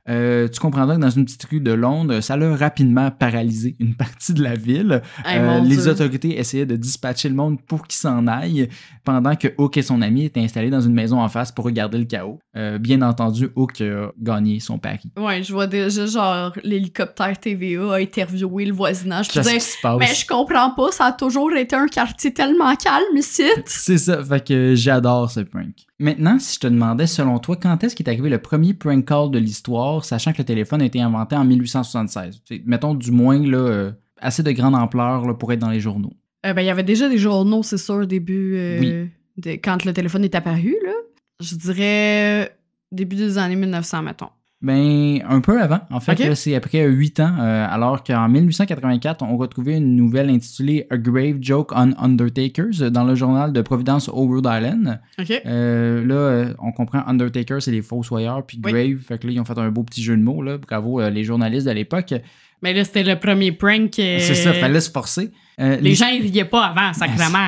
Euh, tu comprendras que dans une petite rue de Londres, ça l'a rapidement paralysé une partie de la ville. Hey, Euh, mon les Dieu. autorités essayaient de dispatcher le monde pour qu'il s'en aille, pendant que Hook et son ami étaient installés dans une maison en face pour regarder le chaos. Euh, bien entendu, Hook a gagné son pari. Ouais, je vois déjà genre l'hélicoptère T V A a interviewé le voisinage. Puis Qu'est-ce dire, qui se passe? mais je comprends pas, ça a toujours été un quartier tellement calme ici. C'est ça, fait que j'adore ce prank. Maintenant, si je te demandais, selon toi, quand est-ce qu'est arrivé le premier prank call de l'histoire, sachant que le téléphone a été inventé en dix-huit cent soixante-seize? T'sais, mettons du moins là, euh, assez de grande ampleur là, pour être dans les journaux. Euh, ben, il y avait déjà des journaux, c'est sûr, au début, euh, Oui. de, quand le téléphone est apparu, là. Je dirais début des années mille neuf cents, mettons. Ben, un peu avant. En fait, Ok. là, c'est après huit ans, euh, alors qu'en dix-huit cent quatre-vingt-quatre, on retrouvait une nouvelle intitulée A Grave Joke on Undertakers dans le journal de Providence au Rhode Island. OK. Euh, là, euh, on comprend Undertaker, c'est les fossoyeurs, puis Oui. Grave, fait que là, ils ont fait un beau petit jeu de mots, là. Bravo, euh, les journalistes de l'époque. Mais là, c'était le premier prank. euh, C'est ça, fallait se forcer. Euh, Les gens, ils riaient pas avant, sacrément.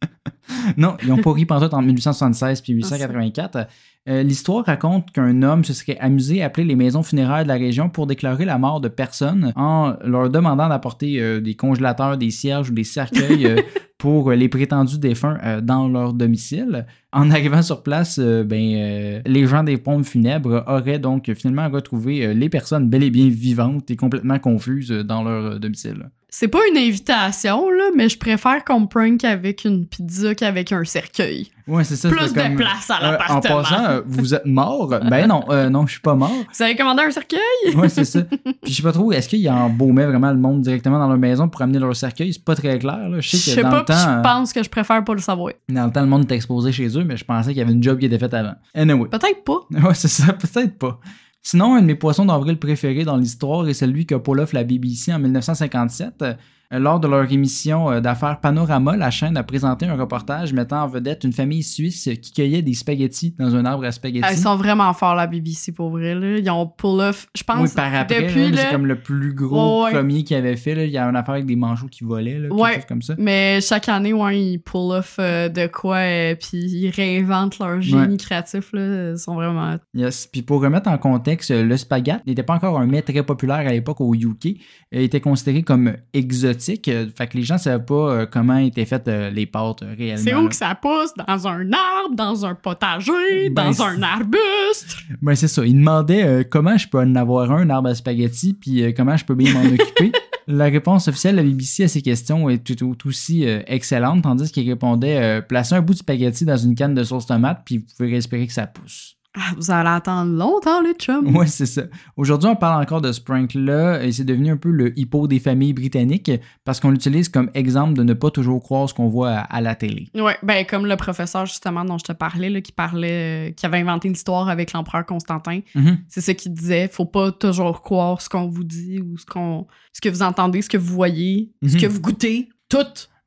Non, ils n'ont pas ri pantoute entre dix-huit cent soixante-seize puis dix-huit cent quatre-vingt-quatre. Euh, l'histoire raconte qu'un homme se serait amusé à appeler les maisons funéraires de la région pour déclarer la mort de personnes en leur demandant d'apporter euh, des congélateurs, des cierges ou des cercueils euh, pour les prétendus défunts euh, dans leur domicile. En arrivant sur place, euh, ben, euh, les gens des pompes funèbres auraient donc finalement retrouvé euh, les personnes bel et bien vivantes et complètement confuses euh, dans leur euh, domicile. C'est pas une invitation, là, mais je préfère qu'on me prank avec une pizza qu'avec un cercueil. Ouais, c'est ça. Plus c'est comme, de place à euh, l'appartement. en passant, euh, vous êtes mort? Ben non, euh, non, je suis pas mort. Vous avez commandé un cercueil? Ouais, c'est ça. Puis je sais pas trop, est-ce qu'ils embaumaient vraiment le monde directement dans leur maison pour amener leur cercueil? C'est pas très clair. Là. Je sais Je que sais dans pas, le puis temps, je euh, pense que je préfère pas le savoir. dans le temps, le monde était exposé chez eux, mais je pensais qu'il y avait une job qui était faite avant. Anyway. Peut-être pas. Ouais, c'est ça, peut-être pas. Sinon, un de mes poissons d'avril préférés dans l'histoire est celui qu'a Paul Off la B B C en dix-neuf cent cinquante-sept. Euh, Lors de leur émission euh, d'affaires Panorama, la chaîne a présenté un reportage mettant en vedette une famille suisse qui cueillait des spaghettis dans un arbre à spaghettis. Ah, ils sont vraiment forts, la B B C, pour vrai. Là. Ils ont pull-off, je pense, Oui, par après, depuis... là, là, c'est comme le plus gros Ouais, ouais. premier qu'il avait fait. Là. Il y a une affaire avec des manchots qui volaient, là, quelque Ouais. chose comme ça. Mais chaque année, ouais, ils pull off euh, de quoi, euh, puis ils réinventent leur génie Ouais. créatif. Là. Ils sont vraiment... Yes. Puis pour remettre en contexte, le spaghette n'était pas encore un mets très populaire à l'époque au U K. Il était considéré comme exotique. Euh, Fait que les gens ne savaient pas euh, comment étaient faites euh, les pâtes euh, réellement. C'est où là. que ça pousse? Dans un arbre, dans un potager, Ben, dans c'est- un arbuste? Ben c'est ça. Ils demandaient euh, comment je peux en avoir un, un arbre à spaghetti, puis euh, comment je peux bien m'en occuper. La réponse officielle de la B B C à ces questions est tout, tout aussi euh, excellente, tandis qu'ils répondaient euh, placez un bout de spaghetti dans une canne de sauce tomate, puis vous pouvez espérer que ça pousse. Ah, vous allez attendre longtemps, les chums. Ouais, c'est ça. Aujourd'hui, on parle encore de ce prank-là et c'est devenu un peu le hippo des familles britanniques parce qu'on l'utilise comme exemple de ne pas toujours croire ce qu'on voit à, à la télé. Ouais, ben comme le professeur justement dont je te parlais, là, qui parlait, euh, qui avait inventé l'histoire avec l'empereur Constantin. Mhm. C'est ça qu'il disait. Faut pas toujours croire ce qu'on vous dit ou ce qu'on, ce que vous entendez, ce que vous voyez, ce Mhm. que vous goûtez, tout.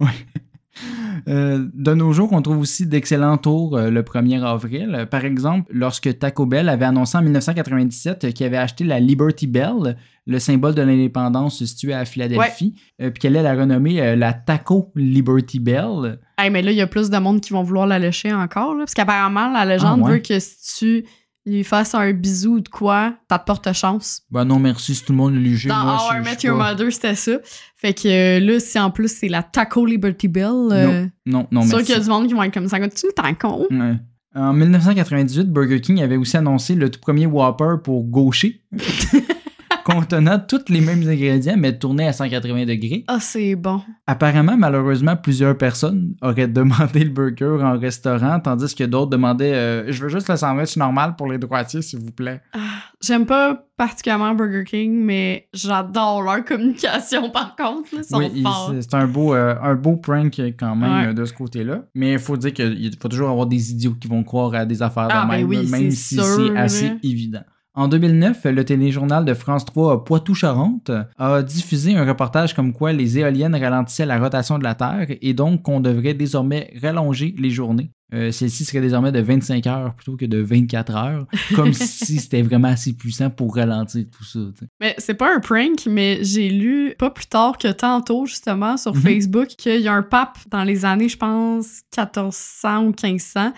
Euh, de nos jours, on trouve aussi d'excellents tours euh, le premier avril. Euh, Par exemple, lorsque Taco Bell avait annoncé en dix-neuf cent quatre-vingt-dix-sept euh, qu'il avait acheté la Liberty Bell, le symbole de l'indépendance situé à Philadelphie, euh, puis qu'elle allait la renommer euh, la Taco Liberty Bell. Hey, mais là, il y a plus de monde qui vont vouloir la lécher encore, là, parce qu'apparemment, la légende Ah, ouais. veut que si tu lui fasses un bisou ou de quoi, ça te porte chance. Ben non, merci, si tout le monde le léger. Dans moi, How je- I je Met suis Your pas- Mother, c'était ça. Fait que euh, là, si en plus c'est la Taco Liberty Bell, euh, Non, non, c'est sûr merci. qu'il y a du monde qui vont être comme ça. Tu le taco? Ouais. En dix-neuf cent quatre-vingt-dix-huit, Burger King avait aussi annoncé le tout premier Whopper pour gaucher, contenant tous les mêmes ingrédients, mais tourné à cent quatre-vingts degrés. Ah, c'est bon. Apparemment, malheureusement, plusieurs personnes auraient demandé le burger en restaurant, tandis que d'autres demandaient euh, Je veux juste le sandwich normal pour les droitiers, s'il vous plaît. Ah, j'aime pas particulièrement Burger King, mais j'adore leur communication par contre. Là, ils sont Oui, il- forts. c'est c'est un beau, euh, un beau prank quand même Ouais. euh, de ce côté-là. Mais il faut dire qu'il faut toujours avoir des idiots qui vont croire à des affaires Ah, de ben même, oui, là, même c'est si sûr, c'est assez là. évident. En deux mille neuf, le téléjournal de France trois Poitou-Charentes a diffusé un reportage comme quoi les éoliennes ralentissaient la rotation de la Terre et donc qu'on devrait désormais rallonger les journées. Euh, Celle-ci serait désormais de vingt-cinq heures plutôt que de vingt-quatre heures, comme si c'était vraiment assez puissant pour ralentir tout ça. T'sais. Mais c'est pas un prank, mais j'ai lu pas plus tard que tantôt, justement, sur Mhm. Facebook, qu'il y a un pape dans les années, je pense, quatorze cents ou quinze cents,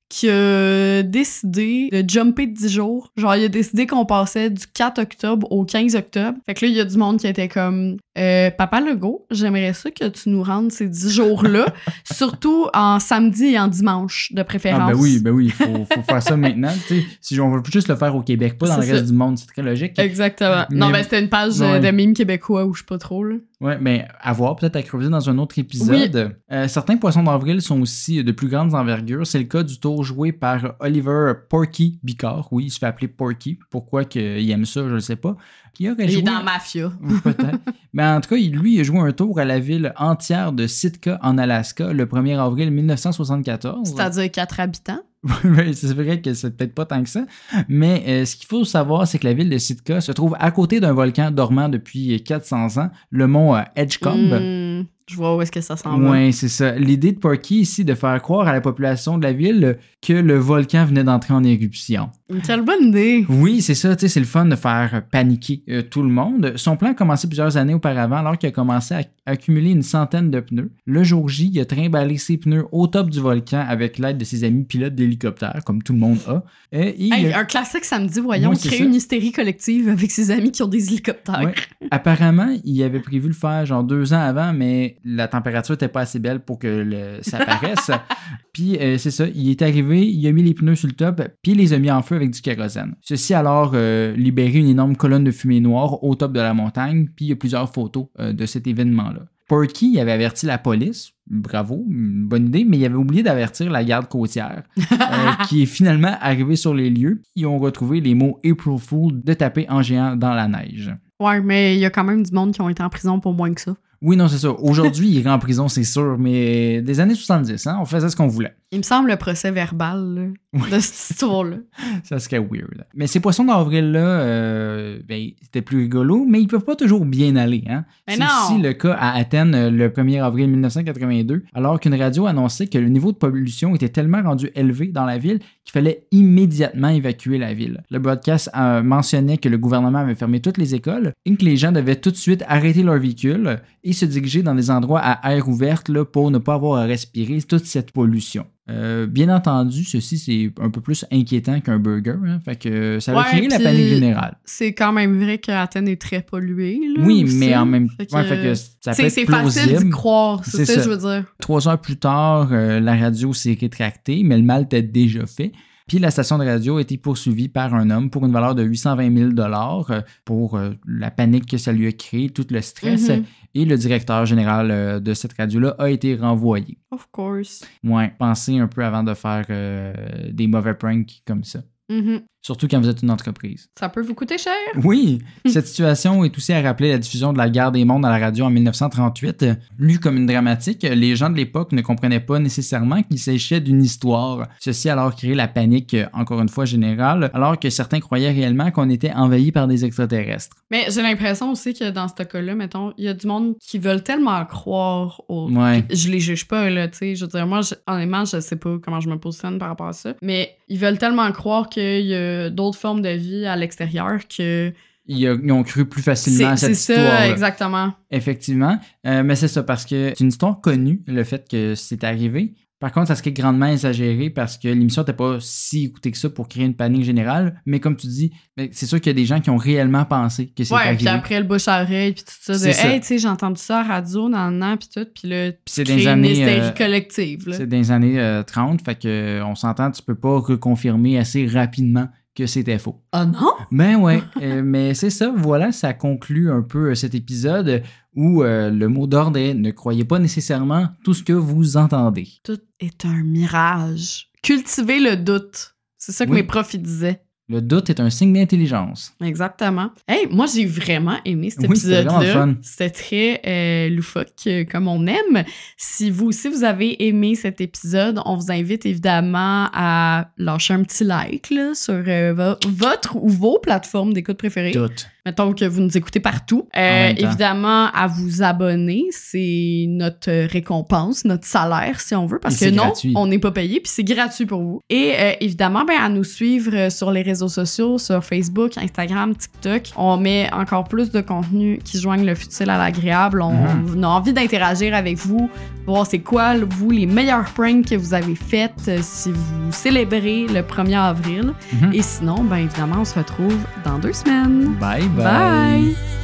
qui a décidé de jumper de dix jours. Genre, il a décidé qu'on passait du quatre octobre au quinze octobre. Fait que là, il y a du monde qui était comme euh, « Papa Legault, j'aimerais ça que tu nous rendes ces dix jours-là, surtout en samedi et en dimanche, de préférence. » Ah ben oui, ben oui, il faut, faut faire ça maintenant. T'sais, si on veut juste le faire au Québec, pas dans c'est le reste ça. du monde, c'est très logique. Exactement. Mais, non, ben c'était une page ouais. de mimes québécois ou je sais pas trop, là. Ouais, mais à voir, peut-être à creuser dans un autre épisode. Oui. Euh, certains poissons d'avril sont aussi de plus grandes envergures. C'est le cas du tour joué par Oliver Porky Bicard. Oui, il se fait appeler Porky. Pourquoi qu'il aime ça, je ne sais pas. Qui aurait il joué... est dans Mafia. Peut-être. Mais en tout cas, il, lui, il a joué un tour à la ville entière de Sitka, en Alaska, le premier avril mille neuf cent soixante-quatorze. C'est-à-dire quatre habitants. C'est vrai que c'est peut-être pas tant que ça, mais euh, ce qu'il faut savoir, c'est que la ville de Sitka se trouve à côté d'un volcan dormant depuis quatre cents ans, le mont euh, Edgecombe. Mmh, je vois où est-ce que ça s'en va. Oui, c'est ça. L'idée de Porky ici, de faire croire à la population de la ville que le volcan venait d'entrer en éruption. Quelle bonne idée! Oui, c'est ça, tu sais, c'est le fun de faire paniquer euh, tout le monde. Son plan a commencé plusieurs années auparavant, alors qu'il a commencé à accumuler une centaine de pneus. Le jour J, il a trimballé ses pneus au top du volcan avec l'aide de ses amis pilotes d'hélicoptère, comme tout le monde a. Et, et hey, a... Un classique samedi, voyons, oui, créer une hystérie collective avec ses amis qui ont des hélicoptères. Ouais. Apparemment, il avait prévu le faire genre deux ans avant, mais la température n'était pas assez belle pour que le... ça apparaisse. Puis euh, c'est ça, il est arrivé, il a mis les pneus sur le top, puis il les a mis en feu avec du kérosène. Ceci a alors euh, libéré une énorme colonne de fumée noire au top de la montagne, puis il y a plusieurs photos euh, de cet événement-là. Porky avait averti la police, bravo, bonne idée, mais il avait oublié d'avertir la garde côtière, euh, qui est finalement arrivée sur les lieux. Ils ont retrouvé les mots « April Fool » de taper en géant dans la neige. Ouais, mais il y a quand même du monde qui ont été en prison pour moins que ça. Oui, non, c'est ça. Aujourd'hui, il est en prison, c'est sûr, mais des années soixante-dix, hein, on faisait ce qu'on voulait. Il me semble le procès verbal là, ouais. de cette histoire-là. Ça serait weird. Mais ces poissons d'avril-là, euh, ben, c'était plus rigolo, mais ils peuvent pas toujours bien aller. Hein? Mais c'est non. aussi le cas à Athènes le premier avril mille neuf cent quatre-vingt-deux, alors qu'une radio annonçait que le niveau de pollution était tellement rendu élevé dans la ville qu'il fallait immédiatement évacuer la ville. Le broadcast euh, mentionnait que le gouvernement avait fermé toutes les écoles et que les gens devaient tout de suite arrêter leurs véhicules et se diriger dans des endroits à air ouverte là, pour ne pas avoir à respirer toute cette pollution. Euh, bien entendu, ceci c'est un peu plus inquiétant qu'un burger, hein, fait que ça va ouais, créer la panique générale. C'est quand même vrai qu'Athènes est très polluée. Là, oui, aussi. mais en même temps, fait que, ouais, fait que ça peut être c'est plausible. facile d'y croire, c'est, c'est ça que je veux dire. Trois heures plus tard, euh, la radio s'est rétractée, mais le mal était déjà fait. Puis la station de radio a été poursuivie par un homme pour une valeur de huit cent vingt mille dollars pour euh, la panique que ça lui a créé, tout le stress. Mm-hmm. Et le directeur général euh, de cette radio-là a été renvoyé. Of course. Ouais, pensez un peu avant de faire euh, des mauvais pranks comme ça. Mm-hmm. Surtout quand vous êtes une entreprise. Ça peut vous coûter cher. Oui, cette situation est aussi à rappeler la diffusion de la guerre des mondes à la radio en dix-neuf cent trente-huit. Lue comme une dramatique, les gens de l'époque ne comprenaient pas nécessairement qu'il s'agissait d'une histoire. Ceci a alors créé la panique, encore une fois générale, alors que certains croyaient réellement qu'on était envahi par des extraterrestres. Mais j'ai l'impression aussi que dans ce cas-là, mettons, il y a du monde qui veulent tellement croire au... Ouais. Je les juge pas, là, tu sais. Je veux dire, moi, je... honnêtement, je sais pas comment je me positionne par rapport à ça, mais ils veulent tellement croire qu'il y a d'autres formes de vie à l'extérieur que... Ils, a, ils ont cru plus facilement c'est, à cette c'est histoire. C'est ça, exactement. Effectivement. Euh, mais c'est ça, parce que c'est une histoire connue, le fait que c'est arrivé. Par contre, ça serait grandement exagéré parce que l'émission n'était pas si écoutée que ça pour créer une panique générale. Mais comme tu dis, c'est sûr qu'il y a des gens qui ont réellement pensé que c'est ouais, arrivé. Ouais, puis après le bouche à oreille, puis tout ça, de « Hey, tu sais, j'ai entendu ça à la radio, dans le an, puis tout. » Puis là, puis c'est crée des années, une hystérie euh, collective. Là. C'est dans les années euh, trente, fait que euh, on s'entend, tu peux pas reconfirmer assez rapidement que c'était faux. Ah non? Ben ouais, euh, mais c'est ça, voilà, ça conclut un peu euh, cet épisode où euh, le mot d'ordre est « Ne croyez pas nécessairement tout ce que vous entendez ». Tout est un mirage. Cultivez le doute. C'est ça que oui. mes profs ils disaient. Le doute est un signe d'intelligence. Exactement. Hey, moi, j'ai vraiment aimé cet oui, épisode-là. C'était fun. C'était très euh, loufoque, euh, comme on aime. Si vous aussi, vous avez aimé cet épisode, on vous invite évidemment à lâcher un petit like là, sur euh, vo- votre ou vos plateformes d'écoute préférées. Toutes. mettons que vous nous écoutez partout. Euh, évidemment, à vous abonner, c'est notre récompense, notre salaire, si on veut, parce Et que non, gratuit. on n'est pas payé, puis c'est gratuit pour vous. Et euh, évidemment, ben, à nous suivre sur les réseaux sociaux, sur Facebook, Instagram, TikTok. On met encore plus de contenu qui joignent le futile à l'agréable. On, Mm-hmm. on a envie d'interagir avec vous, voir c'est quoi, vous, les meilleurs pranks que vous avez faites euh, si vous célébrez le premier avril. Mm-hmm. Et sinon, ben évidemment, on se retrouve dans deux semaines. Bye bye. Bye!